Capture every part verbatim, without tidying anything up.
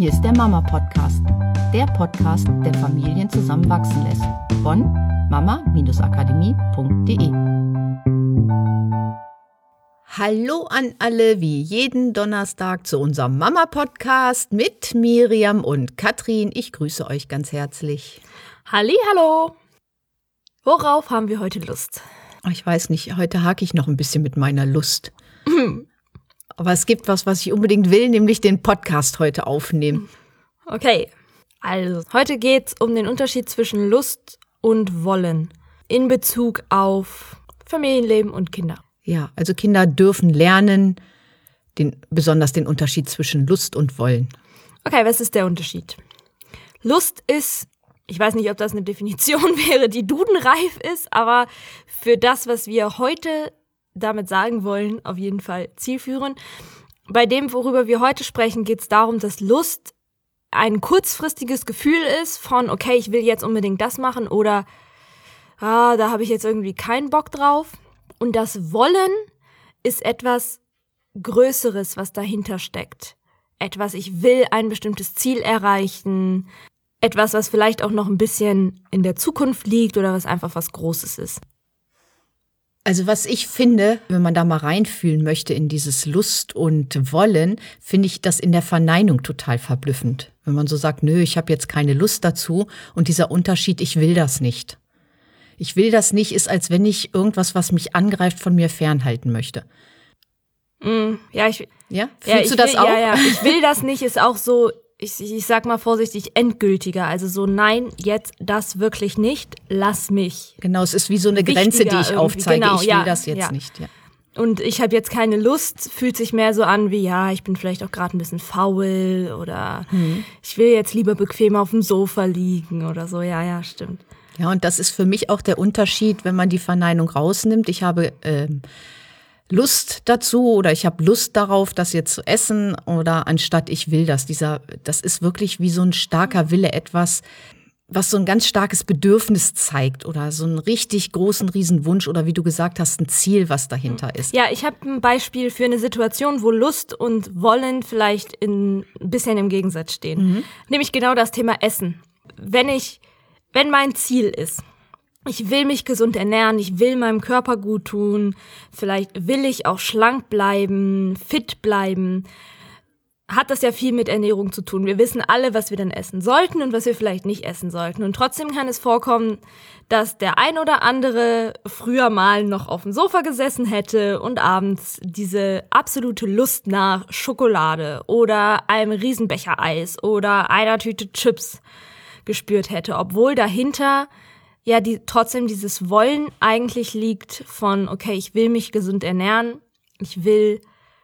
Hier ist der Mama-Podcast, der Podcast, der Familien zusammenwachsen lässt. Von mama akademie punkt de. Hallo an alle, wie jeden Donnerstag zu unserem Mama-Podcast mit Miriam und Katrin. Ich grüße euch ganz herzlich. Hallihallo! Worauf haben wir heute Lust? Ich weiß nicht, heute hake ich noch ein bisschen mit meiner Lust. Aber es gibt was, was ich unbedingt will, nämlich den Podcast heute aufnehmen. Okay, also heute geht es um den Unterschied zwischen Lust und Wollen in Bezug auf Familienleben und Kinder. Ja, also Kinder dürfen lernen, den, besonders den Unterschied zwischen Lust und Wollen. Okay, was ist der Unterschied? Lust ist, ich weiß nicht, ob das eine Definition wäre, die dudenreif ist, aber für das, was wir heute damit sagen wollen, auf jeden Fall zielführend. Bei dem, worüber wir heute sprechen, geht es darum, dass Lust ein kurzfristiges Gefühl ist von, okay, ich will jetzt unbedingt das machen oder ah, da habe ich jetzt irgendwie keinen Bock drauf. Und das Wollen ist etwas Größeres, was dahinter steckt. Etwas, ich will ein bestimmtes Ziel erreichen, etwas, was vielleicht auch noch ein bisschen in der Zukunft liegt oder was einfach was Großes ist. Also was ich finde, wenn man da mal reinfühlen möchte in dieses Lust und Wollen, finde ich das in der Verneinung total verblüffend. Wenn man so sagt, nö, ich habe jetzt keine Lust dazu und dieser Unterschied, ich will das nicht. Ich will das nicht, ist, als wenn ich irgendwas, was mich angreift, von mir fernhalten möchte. Mm, ja, ich, ja? Fühlst ja, du ich das will, auch? Ja, ja, ich will das nicht, ist auch so, ich, ich sag mal vorsichtig, endgültiger. Also so, nein, jetzt das wirklich nicht, lass mich. Genau, es ist wie so eine Grenze, die ich irgendwie aufzeige. Genau, ich will ja, das jetzt ja. nicht. Ja. Und ich habe jetzt keine Lust, fühlt sich mehr so an wie, ja, ich bin vielleicht auch gerade ein bisschen faul oder hm. ich will jetzt lieber bequem auf dem Sofa liegen oder so. Ja, ja, stimmt. Ja, und das ist für mich auch der Unterschied, wenn man die Verneinung rausnimmt. Ich habe ähm, Lust dazu oder ich habe Lust darauf, das jetzt zu essen oder anstatt ich will das. Dieser, das ist wirklich wie so ein starker Wille, etwas, was so ein ganz starkes Bedürfnis zeigt oder so einen richtig großen Riesenwunsch oder wie du gesagt hast, ein Ziel, was dahinter ist. Ja, ich habe ein Beispiel für eine Situation, wo Lust und Wollen vielleicht in, ein bisschen im Gegensatz stehen. Mhm. Nämlich genau das Thema Essen. Wenn ich, wenn mein Ziel ist, ich will mich gesund ernähren, ich will meinem Körper gut tun, vielleicht will ich auch schlank bleiben, fit bleiben, hat das ja viel mit Ernährung zu tun. Wir wissen alle, was wir dann essen sollten und was wir vielleicht nicht essen sollten. Und trotzdem kann es vorkommen, dass der ein oder andere früher mal noch auf dem Sofa gesessen hätte und abends diese absolute Lust nach Schokolade oder einem Riesenbecher Eis oder einer Tüte Chips gespürt hätte, obwohl dahinter ja die trotzdem dieses Wollen eigentlich liegt von, okay, ich will mich gesund ernähren, ich will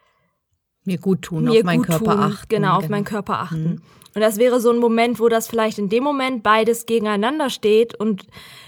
mir gut tun, mir auf meinen gut Körper tun, achten. Genau, auf genau. meinen Körper achten. Mhm. Und das wäre so ein Moment, wo das vielleicht in dem Moment beides gegeneinander steht und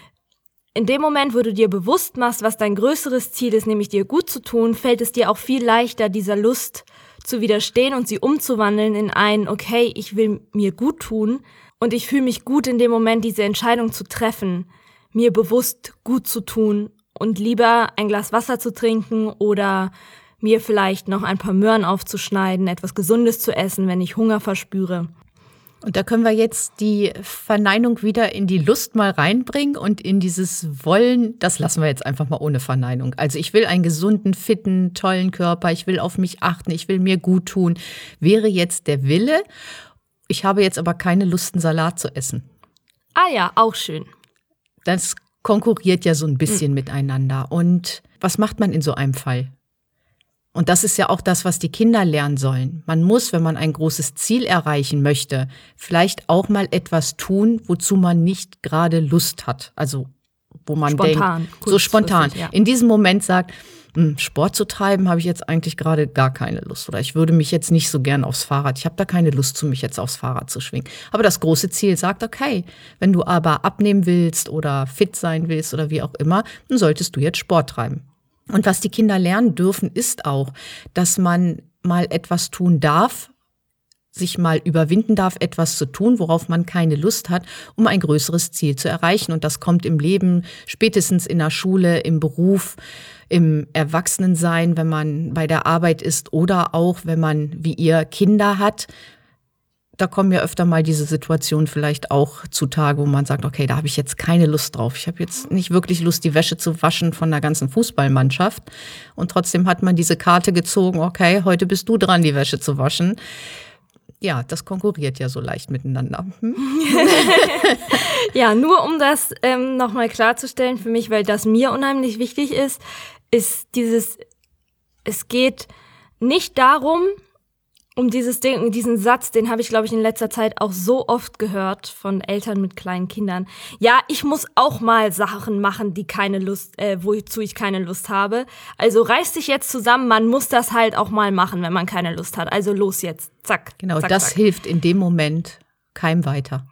in dem Moment, wo du dir bewusst machst, was dein größeres Ziel ist, nämlich dir gut zu tun, fällt es dir auch viel leichter, dieser Lust zu widerstehen und sie umzuwandeln in ein, okay, ich will mir gut tun und ich fühle mich gut in dem Moment, diese Entscheidung zu treffen, mir bewusst gut zu tun und lieber ein Glas Wasser zu trinken oder mir vielleicht noch ein paar Möhren aufzuschneiden, etwas Gesundes zu essen, wenn ich Hunger verspüre. Und da können wir jetzt die Verneinung wieder in die Lust mal reinbringen und in dieses Wollen, das lassen wir jetzt einfach mal ohne Verneinung. Also ich will einen gesunden, fitten, tollen Körper, ich will auf mich achten, ich will mir gut tun, wäre jetzt der Wille. Ich habe jetzt aber keine Lust, einen Salat zu essen. Ah ja, auch schön. Das konkurriert ja so ein bisschen mhm. miteinander. Und was macht man in so einem Fall? Und das ist ja auch das, was die Kinder lernen sollen. Man muss, wenn man ein großes Ziel erreichen möchte, vielleicht auch mal etwas tun, wozu man nicht gerade Lust hat. Also wo man spontan, denkt, so spontan. Ja. In diesem Moment sagt, Sport zu treiben, habe ich jetzt eigentlich gerade gar keine Lust. Oder ich würde mich jetzt nicht so gern aufs Fahrrad, ich habe da keine Lust zu, mich jetzt aufs Fahrrad zu schwingen. Aber das große Ziel sagt, okay, wenn du aber abnehmen willst oder fit sein willst oder wie auch immer, dann solltest du jetzt Sport treiben. Und was die Kinder lernen dürfen, ist auch, dass man mal etwas tun darf, sich mal überwinden darf, etwas zu tun, worauf man keine Lust hat, um ein größeres Ziel zu erreichen. Und das kommt im Leben, spätestens in der Schule, im Beruf, im Erwachsenensein, wenn man bei der Arbeit ist oder auch, wenn man, wie ihr, Kinder hat. da kommen ja öfter mal diese Situationen vielleicht auch zutage, wo man sagt, okay, da habe ich jetzt keine Lust drauf. Ich habe jetzt nicht wirklich Lust, die Wäsche zu waschen von der ganzen Fußballmannschaft. Und trotzdem hat man diese Karte gezogen, okay, heute bist du dran, die Wäsche zu waschen. Ja, das konkurriert ja so leicht miteinander. Hm? Ja, nur um das ähm, nochmal klarzustellen für mich, weil das mir unheimlich wichtig ist, ist dieses, es geht nicht darum, um dieses Ding, diesen Satz, den habe ich, glaube ich, in letzter Zeit auch so oft gehört von Eltern mit kleinen Kindern. Ja, ich muss auch mal Sachen machen, die keine Lust, äh, wozu ich keine Lust habe. Also reiß dich jetzt zusammen, man muss das halt auch mal machen, wenn man keine Lust hat. Also los jetzt, zack. Genau, zack, das zack. hilft in dem Moment keinem weiter.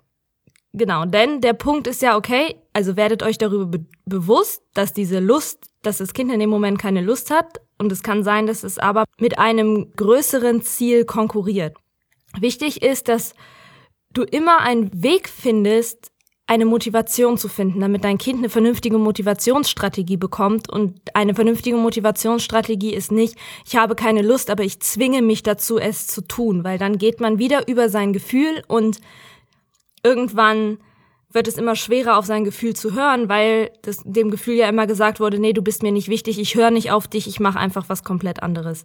Genau, denn der Punkt ist ja, okay, also werdet euch darüber be- bewusst, dass diese Lust, dass das Kind in dem Moment keine Lust hat. Und es kann sein, dass es aber mit einem größeren Ziel konkurriert. Wichtig ist, dass du immer einen Weg findest, eine Motivation zu finden, damit dein Kind eine vernünftige Motivationsstrategie bekommt. Und eine vernünftige Motivationsstrategie ist nicht, ich habe keine Lust, aber ich zwinge mich dazu, es zu tun. Weil dann geht man wieder über sein Gefühl und irgendwann wird es immer schwerer, auf sein Gefühl zu hören, weil das, dem Gefühl ja immer gesagt wurde, nee, du bist mir nicht wichtig, ich höre nicht auf dich, ich mache einfach was komplett anderes.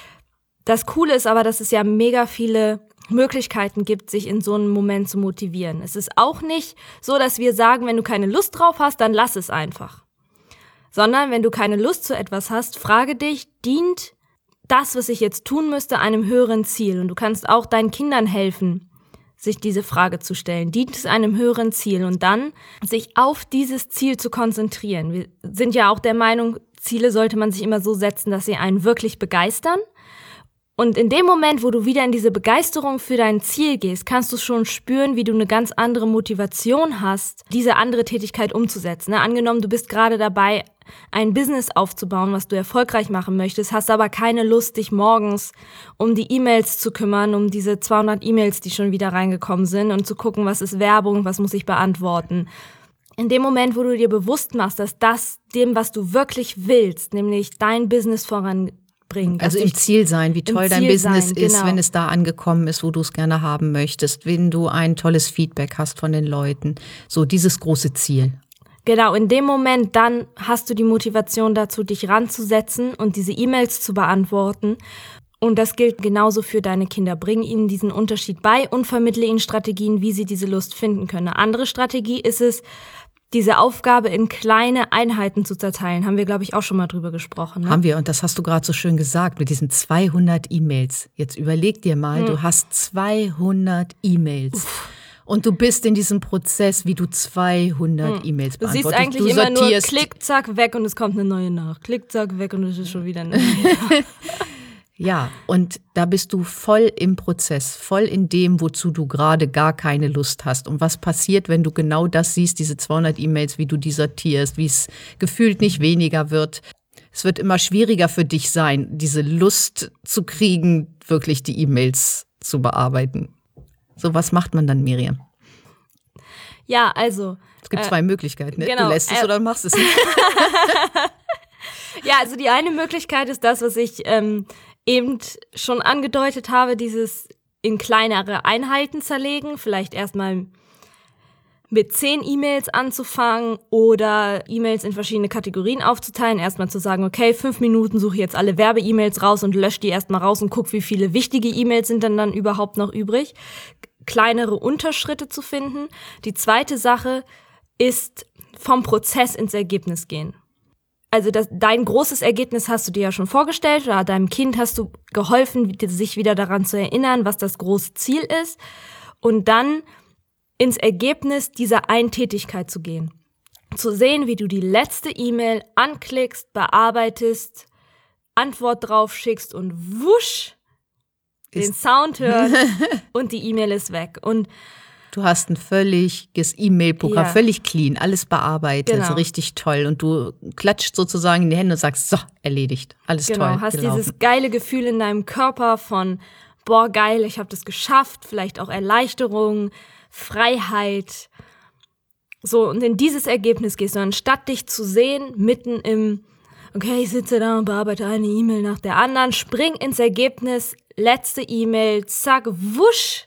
Das Coole ist aber, dass es ja mega viele Möglichkeiten gibt, sich in so einem Moment zu motivieren. Es ist auch nicht so, dass wir sagen, wenn du keine Lust drauf hast, dann lass es einfach. Sondern wenn du keine Lust zu etwas hast, frage dich, dient das, was ich jetzt tun müsste, einem höheren Ziel? Und du kannst auch deinen Kindern helfen, sich diese Frage zu stellen. Dient es einem höheren Ziel? Und dann sich auf dieses Ziel zu konzentrieren. Wir sind ja auch der Meinung, Ziele sollte man sich immer so setzen, dass sie einen wirklich begeistern. Und in dem Moment, wo du wieder in diese Begeisterung für dein Ziel gehst, kannst du schon spüren, wie du eine ganz andere Motivation hast, diese andere Tätigkeit umzusetzen. Ne? Angenommen, du bist gerade dabei, ein Business aufzubauen, was du erfolgreich machen möchtest, hast aber keine Lust, dich morgens um die E-Mails zu kümmern, um diese zweihundert E-Mails, die schon wieder reingekommen sind und zu gucken, was ist Werbung, was muss ich beantworten. In dem Moment, wo du dir bewusst machst, dass das dem, was du wirklich willst, nämlich dein Business voranbringt, also im Ziel sein, wie toll dein Business sein, ist, genau. wenn es da angekommen ist, wo du es gerne haben möchtest, wenn du ein tolles Feedback hast von den Leuten. So dieses große Ziel. Genau, in dem Moment dann hast du die Motivation dazu, dich ranzusetzen und diese E-Mails zu beantworten. Und das gilt genauso für deine Kinder. Bring ihnen diesen Unterschied bei und vermittle ihnen Strategien, wie sie diese Lust finden können. Eine andere Strategie ist es, diese Aufgabe in kleine Einheiten zu zerteilen. Haben wir, glaube ich, auch schon mal drüber gesprochen. Ne? Haben wir, und das hast du gerade so schön gesagt, mit diesen zweihundert E-Mails. Jetzt überleg dir mal, hm. du hast zweihundert E-Mails. Uff. Und du bist in diesem Prozess, wie du zweihundert hm. E-Mails beantwortest. Du siehst eigentlich du immer nur Klick, zack, weg und es kommt eine neue nach. Klick, zack, weg und es ist schon wieder eine neue nach. Ja, und da bist du voll im Prozess, voll in dem, wozu du gerade gar keine Lust hast. Und was passiert, wenn du genau das siehst, diese zweihundert E-Mails, wie du die sortierst, wie es gefühlt nicht weniger wird. Es wird immer schwieriger für dich sein, diese Lust zu kriegen, wirklich die E-Mails zu bearbeiten. So, was macht man dann, Miriam? Ja, also. Es gibt äh, zwei Möglichkeiten, ne? Genau, Du lässt es äh, oder machst es nicht. Ja, also die eine Möglichkeit ist das, was ich ähm, eben schon angedeutet habe, dieses in kleinere Einheiten zerlegen, vielleicht erstmal mit zehn E-Mails anzufangen oder E-Mails in verschiedene Kategorien aufzuteilen. Erstmal zu sagen, okay, fünf Minuten suche ich jetzt alle Werbe-E-Mails raus und lösche die erstmal raus und gucke, wie viele wichtige E-Mails sind denn dann überhaupt noch übrig. Kleinere Unterschritte zu finden. Die zweite Sache ist vom Prozess ins Ergebnis gehen. Also das, dein großes Ergebnis hast du dir ja schon vorgestellt oder deinem Kind hast du geholfen, sich wieder daran zu erinnern, was das große Ziel ist. Und dann ins Ergebnis dieser einen Tätigkeit zu gehen. Zu sehen, wie du die letzte E-Mail anklickst, bearbeitest, Antwort drauf schickst und wusch, den Sound hörst und die E-Mail ist weg. Und du hast ein völliges E-Mail-Programm, ja. völlig clean, alles bearbeitet, genau. richtig toll. Und du klatscht sozusagen in die Hände und sagst, so, erledigt, alles genau, toll. Genau, hast gelaufen. dieses geile Gefühl in deinem Körper von, boah, geil, ich habe das geschafft, vielleicht auch Erleichterung, Freiheit. So, und in dieses Ergebnis gehst du, anstatt dich zu sehen, mitten im, okay, ich sitze da und bearbeite eine E-Mail nach der anderen, spring ins Ergebnis, letzte E-Mail, zack, wusch,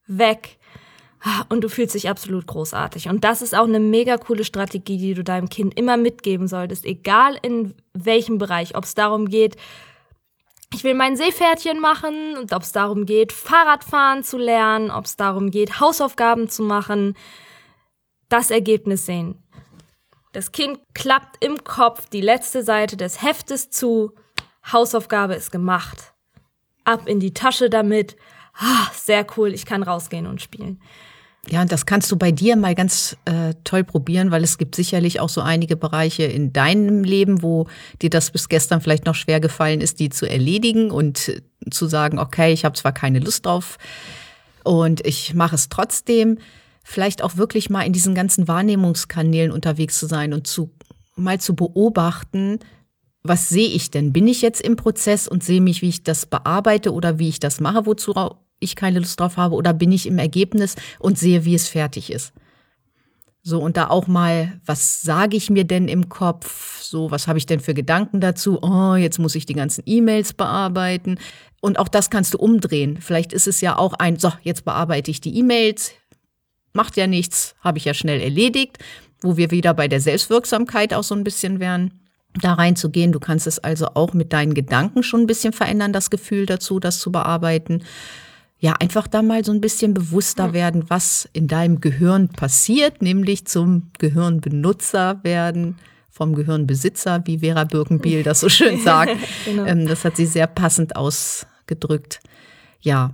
weg. Und du fühlst dich absolut großartig. Und das ist auch eine mega coole Strategie, die du deinem Kind immer mitgeben solltest, egal in welchem Bereich. Ob es darum geht, ich will mein Seepferdchen machen, und ob es darum geht, Fahrradfahren zu lernen, ob es darum geht, Hausaufgaben zu machen, das Ergebnis sehen. Das Kind klappt im Kopf die letzte Seite des Heftes zu, Hausaufgabe ist gemacht. Ab in die Tasche damit. Ah, sehr cool, ich kann rausgehen und spielen. Ja, und das kannst du bei dir mal ganz äh, toll probieren, weil es gibt sicherlich auch so einige Bereiche in deinem Leben, wo dir das bis gestern vielleicht noch schwer gefallen ist, die zu erledigen und zu sagen, okay, ich habe zwar keine Lust drauf und ich mache es trotzdem. Vielleicht auch wirklich mal in diesen ganzen Wahrnehmungskanälen unterwegs zu sein und zu mal zu beobachten, was sehe ich denn? Bin ich jetzt im Prozess und sehe mich, wie ich das bearbeite oder wie ich das mache, wozu ich keine Lust drauf habe, oder bin ich im Ergebnis und sehe, wie es fertig ist? So, und da auch mal, was sage ich mir denn im Kopf? So, was habe ich denn für Gedanken dazu? Oh, jetzt muss ich die ganzen E-Mails bearbeiten. Und auch das kannst du umdrehen. Vielleicht ist es ja auch ein, so, jetzt bearbeite ich die E-Mails. Macht ja nichts, habe ich ja schnell erledigt. Wo wir wieder bei der Selbstwirksamkeit auch so ein bisschen wären, da reinzugehen. Du kannst es also auch mit deinen Gedanken schon ein bisschen verändern, das Gefühl dazu, das zu bearbeiten. Ja, einfach da mal so ein bisschen bewusster werden, was in deinem Gehirn passiert, nämlich zum Gehirnbenutzer werden, vom Gehirnbesitzer, wie Vera Birkenbiel das so schön sagt. Genau. Ähm, das hat sie sehr passend ausgedrückt. Ja,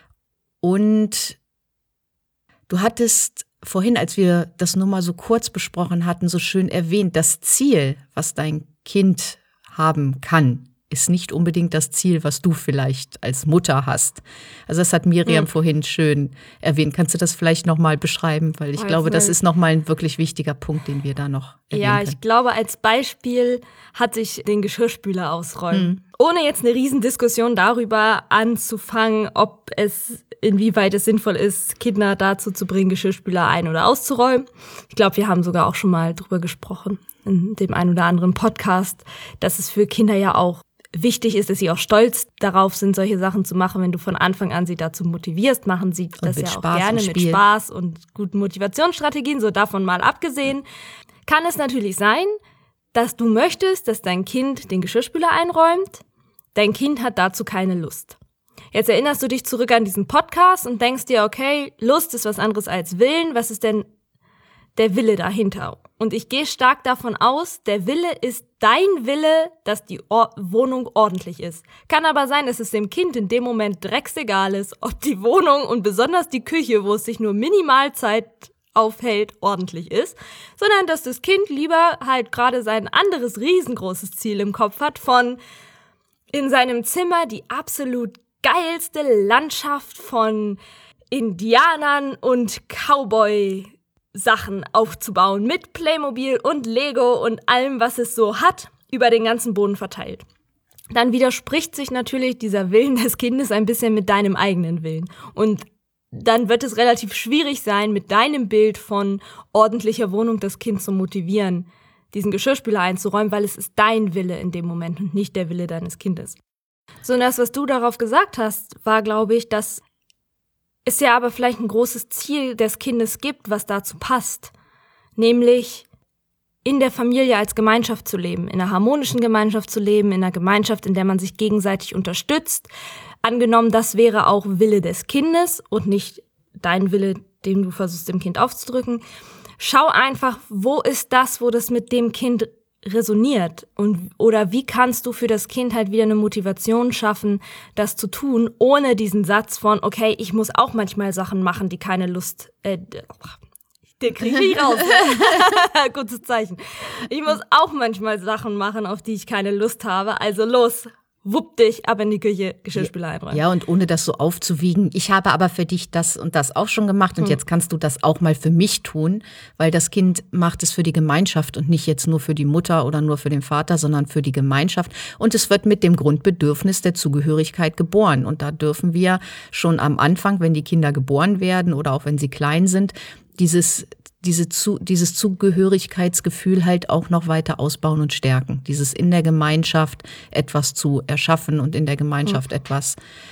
und du hattest vorhin, als wir das nur mal so kurz besprochen hatten, so schön erwähnt, das Ziel, was dein Kind haben kann, ist nicht unbedingt das Ziel, was du vielleicht als Mutter hast. Also das hat Miriam hm. vorhin schön erwähnt. Kannst du das vielleicht noch mal beschreiben? Weil ich also glaube, das ist noch mal ein wirklich wichtiger Punkt, den wir da noch erwähnen Ja, können. Ich glaube, als Beispiel hatte ich den Geschirrspüler ausräumen. Hm. Ohne jetzt eine Riesendiskussion darüber anzufangen, ob es inwieweit es sinnvoll ist, Kinder dazu zu bringen, Geschirrspüler ein- oder auszuräumen. Ich glaube, wir haben sogar auch schon mal drüber gesprochen in dem einen oder anderen Podcast, dass es für Kinder ja auch wichtig ist, dass sie auch stolz darauf sind, solche Sachen zu machen. Wenn du von Anfang an sie dazu motivierst, machen sie das ja auch gerne mit Spaß und guten Motivationsstrategien. So davon mal abgesehen, kann es natürlich sein, dass du möchtest, dass dein Kind den Geschirrspüler einräumt. Dein Kind hat dazu keine Lust. Jetzt erinnerst du dich zurück an diesen Podcast und denkst dir, okay, Lust ist was anderes als Willen. Was ist denn der Wille dahinter? Und ich gehe stark davon aus, der Wille ist dein Wille, dass die Or- Wohnung ordentlich ist. Kann aber sein, dass es dem Kind in dem Moment drecksegal ist, ob die Wohnung und besonders die Küche, wo es sich nur minimal Zeit aufhält, ordentlich ist, sondern dass das Kind lieber halt gerade sein anderes riesengroßes Ziel im Kopf hat von in seinem Zimmer die absolut geilste Landschaft von Indianern und Cowboy Sachen aufzubauen mit Playmobil und Lego und allem, was es so hat, über den ganzen Boden verteilt. Dann widerspricht sich natürlich dieser Willen des Kindes ein bisschen mit deinem eigenen Willen. Und dann wird es relativ schwierig sein, mit deinem Bild von ordentlicher Wohnung das Kind zu motivieren, diesen Geschirrspüler einzuräumen, weil es ist dein Wille in dem Moment und nicht der Wille deines Kindes. So, und das, was du darauf gesagt hast, war, glaube ich, dass es ja aber vielleicht ein großes Ziel des Kindes gibt, was dazu passt. Nämlich in der Familie als Gemeinschaft zu leben, in einer harmonischen Gemeinschaft zu leben, in einer Gemeinschaft, in der man sich gegenseitig unterstützt. Angenommen, das wäre auch Wille des Kindes und nicht dein Wille, den du versuchst, dem Kind aufzudrücken. Schau einfach, wo ist das, wo das mit dem Kind resoniert und oder wie kannst du für das Kind halt wieder eine Motivation schaffen, das zu tun, ohne diesen Satz von, okay, ich muss auch manchmal Sachen machen, die keine Lust, äh, den kriege ich raus. Gutes Zeichen. Ich muss auch manchmal Sachen machen, auf die ich keine Lust habe, also los. Wupp dich, ab in die Küche, Geschirrspüler einräumen. Ja, und ohne das so aufzuwiegen, ich habe aber für dich das und das auch schon gemacht und hm. jetzt kannst du das auch mal für mich tun, weil das Kind macht es für die Gemeinschaft und nicht jetzt nur für die Mutter oder nur für den Vater, sondern für die Gemeinschaft. Und es wird mit dem Grundbedürfnis der Zugehörigkeit geboren. Und da dürfen wir schon am Anfang, wenn die Kinder geboren werden oder auch wenn sie klein sind, dieses Diese zu, dieses Zugehörigkeitsgefühl halt auch noch weiter ausbauen und stärken. Dieses in der Gemeinschaft etwas zu erschaffen und in der Gemeinschaft mhm. etwas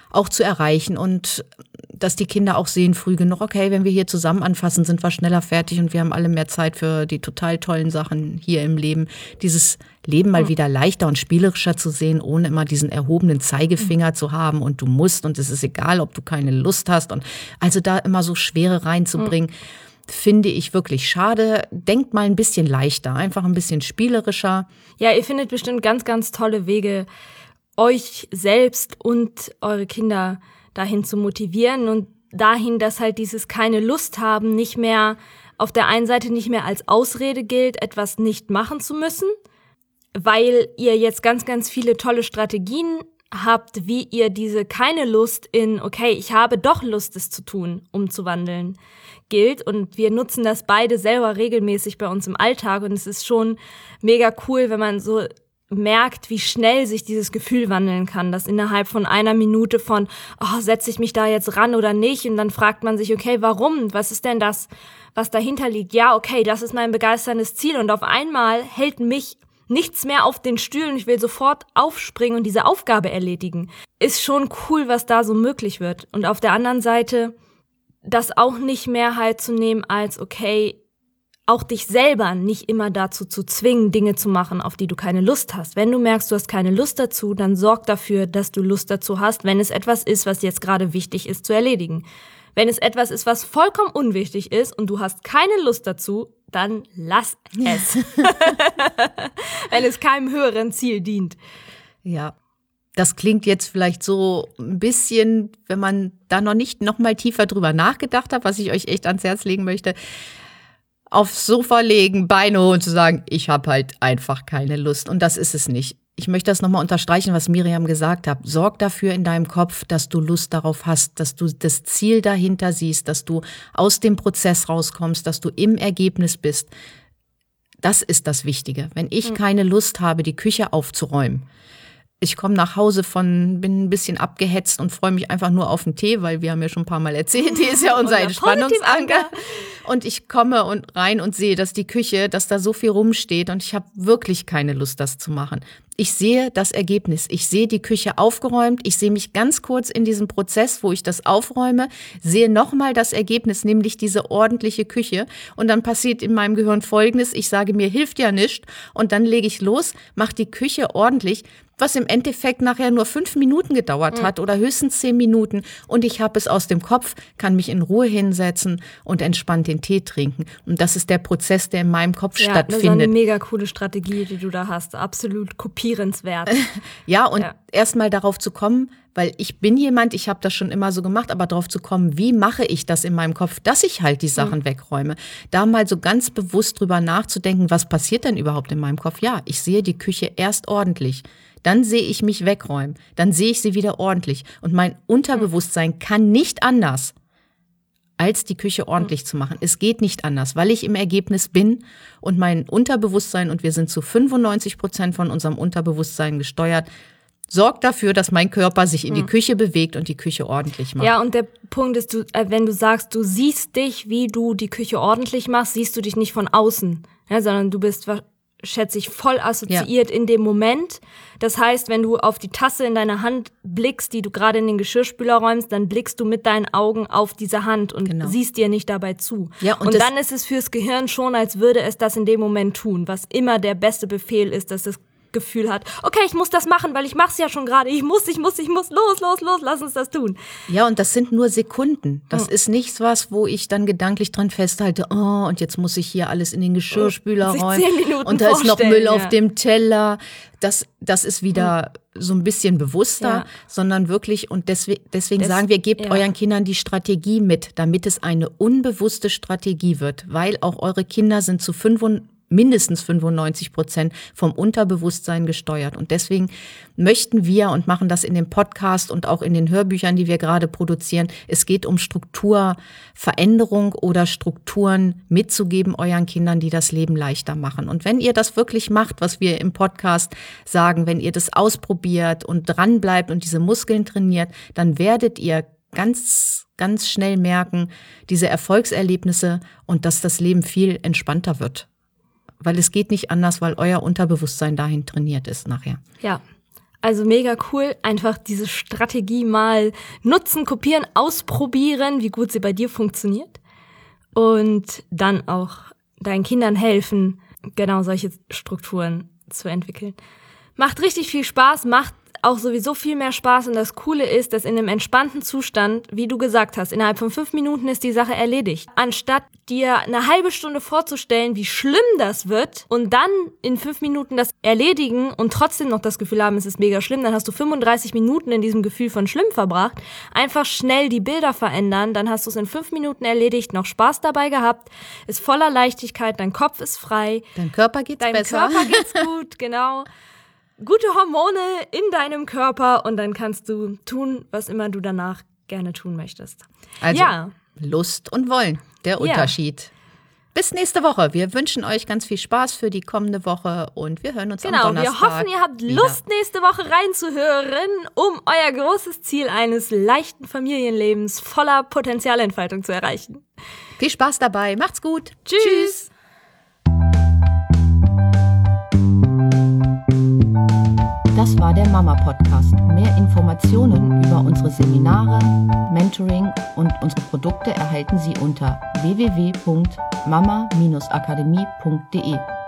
auch zu erreichen und dass die Kinder auch sehen früh genug, okay, wenn wir hier zusammen anfassen, sind wir schneller fertig und wir haben alle mehr Zeit für die total tollen Sachen hier im Leben. Dieses Leben mal wieder leichter und spielerischer zu sehen, ohne immer diesen erhobenen Zeigefinger zu haben und du musst und es ist egal, ob du keine Lust hast und also da immer so Schwere reinzubringen, finde ich wirklich schade. Denkt mal ein bisschen leichter, einfach ein bisschen spielerischer. Ja, ihr findet bestimmt ganz, ganz tolle Wege, euch selbst und eure Kinder dahin zu motivieren und dahin, dass halt dieses keine Lust haben nicht mehr auf der einen Seite nicht mehr als Ausrede gilt, etwas nicht machen zu müssen, weil ihr jetzt ganz, ganz viele tolle Strategien habt, wie ihr diese keine Lust in, okay, ich habe doch Lust, es zu tun, umzuwandeln, gilt. Und wir nutzen das beide selber regelmäßig bei uns im Alltag und es ist schon mega cool, wenn man so merkt, wie schnell sich dieses Gefühl wandeln kann, dass innerhalb von einer Minute von, oh, setze ich mich da jetzt ran oder nicht? Und dann fragt man sich, okay, warum? Was ist denn das, was dahinter liegt? Ja, okay, das ist mein begeisterndes Ziel. Und auf einmal hält mich nichts mehr auf den Stühlen. Ich will sofort aufspringen und diese Aufgabe erledigen. Ist schon cool, was da so möglich wird. Und auf der anderen Seite, das auch nicht mehr halt zu nehmen als, okay, auch dich selber nicht immer dazu zu zwingen, Dinge zu machen, auf die du keine Lust hast. Wenn du merkst, du hast keine Lust dazu, dann sorg dafür, dass du Lust dazu hast, wenn es etwas ist, was jetzt gerade wichtig ist zu erledigen. Wenn es etwas ist, was vollkommen unwichtig ist und du hast keine Lust dazu, dann lass es. Wenn es keinem höheren Ziel dient. Ja, das klingt jetzt vielleicht so ein bisschen, wenn man da noch nicht noch mal tiefer drüber nachgedacht hat, was ich euch echt ans Herz legen möchte, aufs Sofa legen, Beine hoch und zu sagen, ich habe halt einfach keine Lust. Und das ist es nicht. Ich möchte das nochmal unterstreichen, was Miriam gesagt hat. Sorg dafür in deinem Kopf, dass du Lust darauf hast, dass du das Ziel dahinter siehst, dass du aus dem Prozess rauskommst, dass du im Ergebnis bist. Das ist das Wichtige. Wenn ich keine Lust habe, die Küche aufzuräumen, ich komme nach Hause von, bin ein bisschen abgehetzt und freue mich einfach nur auf den Tee, weil wir haben ja schon ein paar Mal erzählt, die ist ja unser Entspannungsanker. Und ich komme und rein und sehe, dass die Küche, dass da so viel rumsteht und ich habe wirklich keine Lust, das zu machen. Ich sehe das Ergebnis. Ich sehe die Küche aufgeräumt. Ich sehe mich ganz kurz in diesem Prozess, wo ich das aufräume, sehe nochmal das Ergebnis, nämlich diese ordentliche Küche. Und dann passiert in meinem Gehirn Folgendes. Ich sage, mir hilft ja nichts. Und dann lege ich los, mache die Küche ordentlich, was im Endeffekt nachher nur fünf Minuten gedauert hat oder höchstens zehn Minuten. Und ich habe es aus dem Kopf, kann mich in Ruhe hinsetzen und entspannt den Tee trinken. Und das ist der Prozess, der in meinem Kopf ja, stattfindet. Das ist eine mega coole Strategie, die du da hast. Absolut kopierenswert. Ja, und ja. erstmal darauf zu kommen, weil ich bin jemand, ich habe das schon immer so gemacht, aber darauf zu kommen, wie mache ich das in meinem Kopf, dass ich halt die Sachen mhm. wegräume. Da mal so ganz bewusst drüber nachzudenken, was passiert denn überhaupt in meinem Kopf? Ja, ich sehe die Küche erst ordentlich. Dann sehe ich mich wegräumen. Dann sehe ich sie wieder ordentlich. Und mein Unterbewusstsein kann nicht anders, als die Küche ordentlich zu machen. Es geht nicht anders, weil ich im Ergebnis bin und mein Unterbewusstsein, und wir sind zu fünfundneunzig Prozent von unserem Unterbewusstsein gesteuert, sorgt dafür, dass mein Körper sich in die Küche bewegt und die Küche ordentlich macht. Ja, und der Punkt ist, du, wenn du sagst, du siehst dich, wie du die Küche ordentlich machst, siehst du dich nicht von außen, ja, sondern du bist, schätze ich, voll assoziiert ja. in dem Moment. Das heißt, wenn du auf die Tasse in deiner Hand blickst, die du gerade in den Geschirrspüler räumst, dann blickst du mit deinen Augen auf diese Hand und genau. siehst dir nicht dabei zu. Ja, und und dann ist es fürs Gehirn schon, als würde es das in dem Moment tun, was immer der beste Befehl ist, dass das Gefühl hat, okay, ich muss das machen, weil ich mach's ja schon gerade. Ich muss, ich muss, ich muss, los, los, los, lass uns das tun. Ja, und das sind nur Sekunden. Das hm. ist nichts was, wo ich dann gedanklich dran festhalte, oh, und jetzt muss ich hier alles in den Geschirrspüler oh, räumen. Und da ist noch Müll ja. auf dem Teller. Das, das ist wieder hm. so ein bisschen bewusster, ja. sondern wirklich, und deswegen, deswegen das, sagen wir, gebt ja. euren Kindern die Strategie mit, damit es eine unbewusste Strategie wird, weil auch eure Kinder sind zu fünfundneunzig mindestens fünfundneunzig Prozent vom Unterbewusstsein gesteuert. Und deswegen möchten wir und machen das in dem Podcast und auch in den Hörbüchern, die wir gerade produzieren. Es geht um Strukturveränderung oder Strukturen mitzugeben euren Kindern, die das Leben leichter machen. Und wenn ihr das wirklich macht, was wir im Podcast sagen, wenn ihr das ausprobiert und dran bleibt und diese Muskeln trainiert, dann werdet ihr ganz, ganz schnell merken, diese Erfolgserlebnisse und dass das Leben viel entspannter wird. Weil es geht nicht anders, weil euer Unterbewusstsein dahin trainiert ist nachher. Ja, Also mega cool, einfach diese Strategie mal nutzen, kopieren, ausprobieren, wie gut sie bei dir funktioniert und dann auch deinen Kindern helfen, genau solche Strukturen zu entwickeln. Macht richtig viel Spaß, macht auch sowieso viel mehr Spaß und das Coole ist, dass in einem entspannten Zustand, wie du gesagt hast, innerhalb von fünf Minuten ist die Sache erledigt. Anstatt dir eine halbe Stunde vorzustellen, wie schlimm das wird und dann in fünf Minuten das erledigen und trotzdem noch das Gefühl haben, es ist mega schlimm, dann hast du fünfunddreißig Minuten in diesem Gefühl von schlimm verbracht. Einfach schnell die Bilder verändern, dann hast du es in fünf Minuten erledigt, noch Spaß dabei gehabt, ist voller Leichtigkeit, dein Kopf ist frei. Dein Körper geht's dein besser. Dein Körper geht's gut, genau. Gute Hormone in deinem Körper und dann kannst du tun, was immer du danach gerne tun möchtest. Also ja. Lust und Wollen, der Unterschied. Ja. Bis nächste Woche. Wir wünschen euch ganz viel Spaß für die kommende Woche und wir hören uns genau, am Donnerstag. Genau, wir hoffen, ihr habt wieder. Lust, nächste Woche reinzuhören, um euer großes Ziel eines leichten Familienlebens voller Potenzialentfaltung zu erreichen. Viel Spaß dabei. Macht's gut. Tschüss. Tschüss. Das war der Mama-Podcast. Mehr Informationen über unsere Seminare, Mentoring und unsere Produkte erhalten Sie unter w w w punkt mama Bindestrich akademie punkt de.